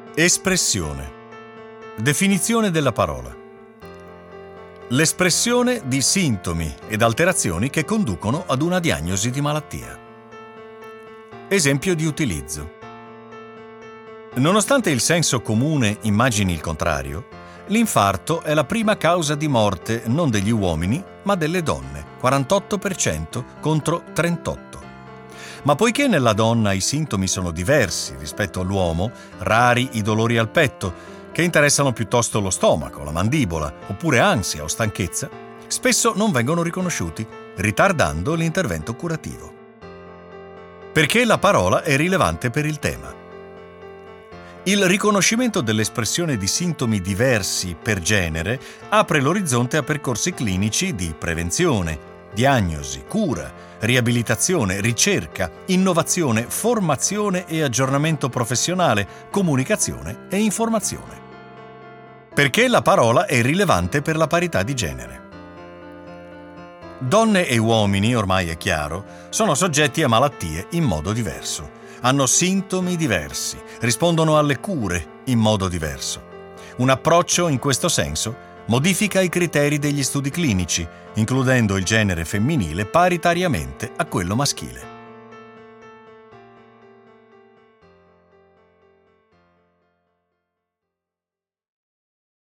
Espressione. Definizione della parola. L'espressione di sintomi ed alterazioni che conducono ad una diagnosi di malattia. Esempio di utilizzo. Nonostante il senso comune immagini il contrario, l'infarto è la prima causa di morte non degli uomini, ma delle donne, 48% contro 38%. Ma poiché nella donna i sintomi sono diversi rispetto all'uomo, rari i dolori al petto, che interessano piuttosto lo stomaco, la mandibola, oppure ansia o stanchezza, spesso non vengono riconosciuti, ritardando l'intervento curativo. Perché la parola è rilevante per il tema. Il riconoscimento dell'espressione di sintomi diversi per genere apre l'orizzonte a percorsi clinici di prevenzione, diagnosi, cura, riabilitazione, ricerca, innovazione, formazione e aggiornamento professionale, comunicazione e informazione. Perché la parola è rilevante per la parità di genere. Donne e uomini, ormai è chiaro, sono soggetti a malattie in modo diverso. Hanno sintomi diversi, rispondono alle cure in modo diverso. Un approccio in questo senso modifica i criteri degli studi clinici, includendo il genere femminile paritariamente a quello maschile.